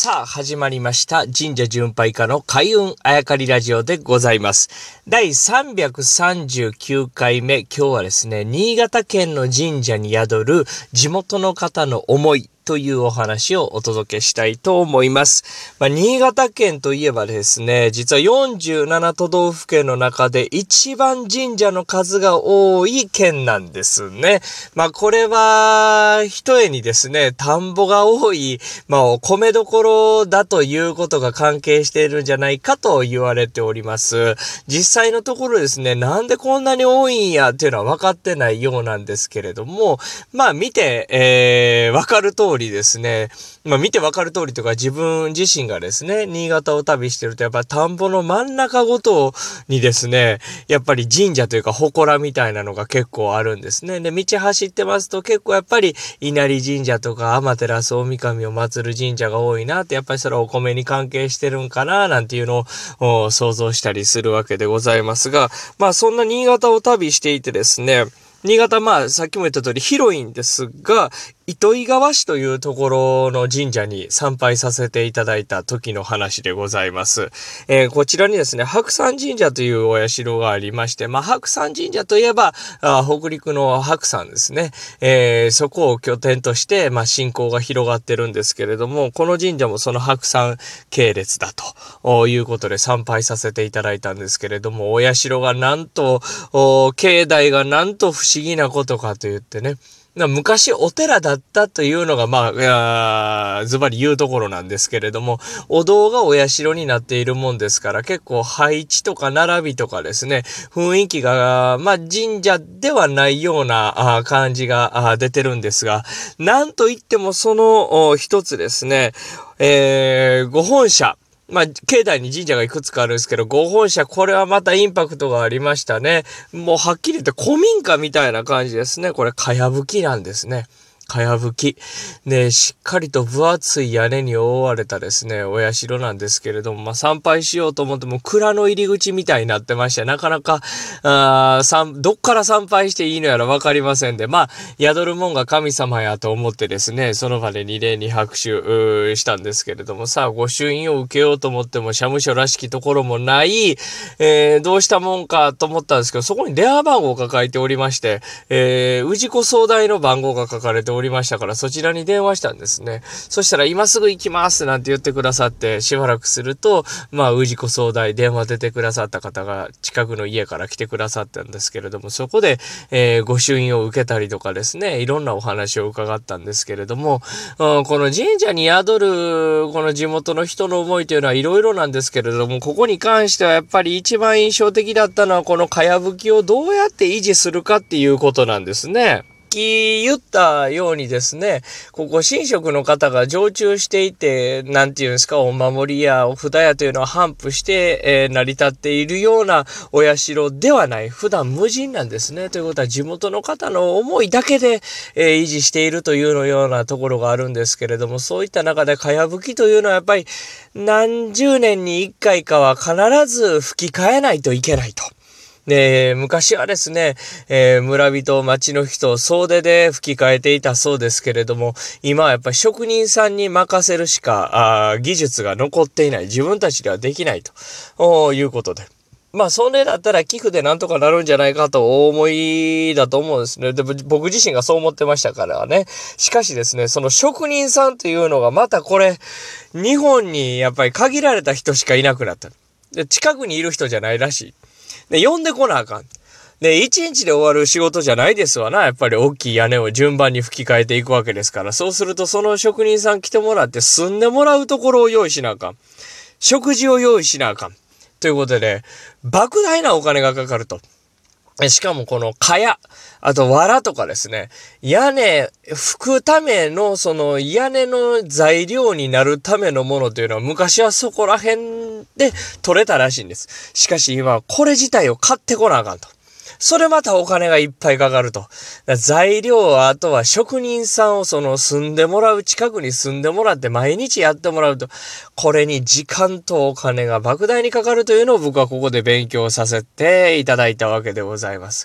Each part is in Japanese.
さあ始まりました神社巡拝家の開運あやかりラジオでございます。第339回目、今日はですね、新潟県の神社に宿る地元の方の思いというお話をお届けしたいと思います。新潟県といえばですね、実は47都道府県の中で一番神社の数が多い県なんですね。これは一重にですね、田んぼが多い、お米どころだということが関係しているんじゃないかと言われております。実際のところですね、なんでこんなに多いんやっていうのは分かってないようなんですけれども、見て、分かる通りですね、見て分かる通りとか自分自身がですね、新潟を旅してるとやっぱ田んぼの真ん中ごとにですね、やっぱり神社というか祠みたいなのが結構あるんですね。で、道走ってますと結構やっぱり稲荷神社とか天照大神を祀る神社が多いなって、やっぱりそれはお米に関係してるんかななんていうのを想像したりするわけでございますが、そんな新潟を旅していてですね、新潟さっきも言った通り広いんですが、糸魚川市というところの神社に参拝させていただいた時の話でございます。こちらにですね、白山神社というお社がありまして、白山神社といえば、北陸の白山ですね。そこを拠点として、信仰が広がってるんですけれども、この神社もその白山系列だということで参拝させていただいたんですけれども、お社がなんと、境内がなんと不思議なことかと言ってね、昔お寺だったというのがズバリ言うところなんですけれども、お堂がお社になっているもんですから、結構配置とか並びとかですね、雰囲気が神社ではないような感じが出てるんですが、なんといってもその一つですね、ご本社、境内に神社がいくつかあるんですけど、ご本社、これはまたインパクトがありましたね。もうはっきり言って古民家みたいな感じですね。これ、かやぶきなんですね。かやぶき。で、しっかりと分厚い屋根に覆われたですね、お社なんですけれども、参拝しようと思っても、蔵の入り口みたいになってまして、なかなか、どっから参拝していいのやらわかりませんで、宿るもんが神様やと思ってですね、その場で二礼に拍手したんですけれども、御朱印を受けようと思っても、社務所らしきところもない、どうしたもんかと思ったんですけど、そこに電話番号が書いておりまして、氏子総代の番号が書かれておりましたから、そちらに電話したんですね。そしたら今すぐ行きますなんて言ってくださって、しばらくすると、氏子総代電話出てくださった方が近くの家から来てくださったんですけれども、そこで、御朱印を受けたりとかですね、いろんなお話を伺ったんですけれども、この神社に宿るこの地元の人の思いというのはいろいろなんですけれども、ここに関してはやっぱり一番印象的だったのはこのかやぶきをどうやって維持するかっていうことなんですね。言ったようにですね、ここ神職の方が常駐していて、なんていうんですか、お守りやお札やというのは頒布して、成り立っているようなお社ではない。普段無人なんですね。ということは地元の方の思いだけで、維持しているというのようなところがあるんですけれども、そういった中でかやぶきというのはやっぱり何十年に一回かは必ず吹き替えないといけないと。で、昔はですね、村人、町の人、総出で吹き替えていたそうですけれども、今はやっぱり職人さんに任せるしか、技術が残っていない。自分たちではできないということで。それだったら寄付でなんとかなるんじゃないかと思いだと思うんですね。で、僕自身がそう思ってましたからね。しかしですね、その職人さんというのがまたこれ、日本にやっぱり限られた人しかいなくなった。で、近くにいる人じゃないらしい。で、呼んでこなあかん。で、一日で終わる仕事じゃないですわな。やっぱり大きい屋根を順番に吹き替えていくわけですから。そうするとその職人さん来てもらって住んでもらうところを用意しなあかん。食事を用意しなあかん。ということで、莫大なお金がかかると。しかもこの蚊帳、あと藁とかですね、屋根拭くためのその屋根の材料になるためのものというのは昔はそこら辺で取れたらしいんです。しかし今はこれ自体を買ってこなあかんと。それまたお金がいっぱいかかると。材料、あとは職人さんを住んでもらう、近くに住んでもらって毎日やってもらうと、これに時間とお金が莫大にかかるというのを僕はここで勉強させていただいたわけでございます。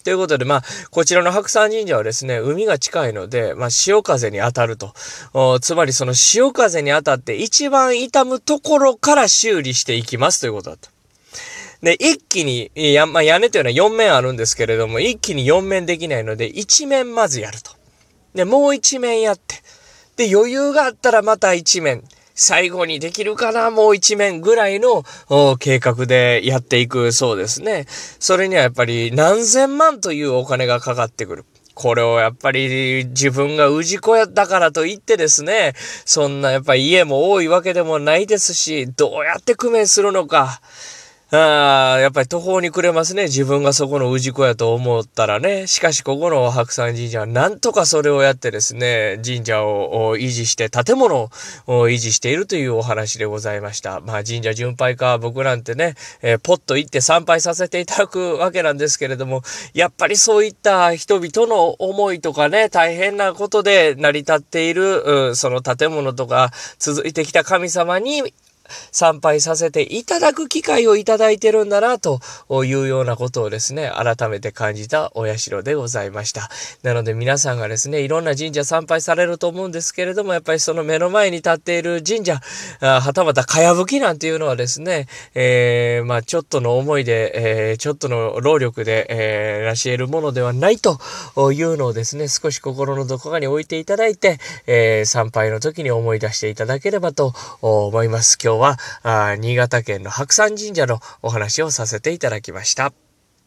ということで、こちらの白山神社はですね、海が近いので、潮風に当たると。つまりその潮風に当たって一番傷むところから修理していきますということだった。で、一気に、屋根というのは4面あるんですけれども、一気に4面できないので、1面まずやると。で、もう1面やって。で、余裕があったらまた1面。最後にできるかな、もう1面ぐらいの計画でやっていくそうですね。それにはやっぱり何千万というお金がかかってくる。これをやっぱり自分が氏子やだからといってですね、そんなやっぱり家も多いわけでもないですし、どうやって工面するのか。やっぱり途方に暮れますね。自分がそこの氏子やと思ったらね。しかしここの白山神社はなんとかそれをやってですね、神社を維持して、建物を維持しているというお話でございました。神社巡拝か僕なんてね、ポッと行って参拝させていただくわけなんですけれども、やっぱりそういった人々の思いとかね、大変なことで成り立っている、その建物とか続いてきた神様に参拝させていただく機会をいただいてるんだなというようなことをですね、改めて感じたお社でございました。なので皆さんがですね、いろんな神社参拝されると思うんですけれども、やっぱりその目の前に立っている神社、はたまたかやぶきなんていうのはですね、ちょっとの思いで、ちょっとの労力で、成し得るものではないというのをですね、少し心のどこかに置いていただいて、参拝の時に思い出していただければと思います。今日は新潟県の白山神社のお話をさせていただきました。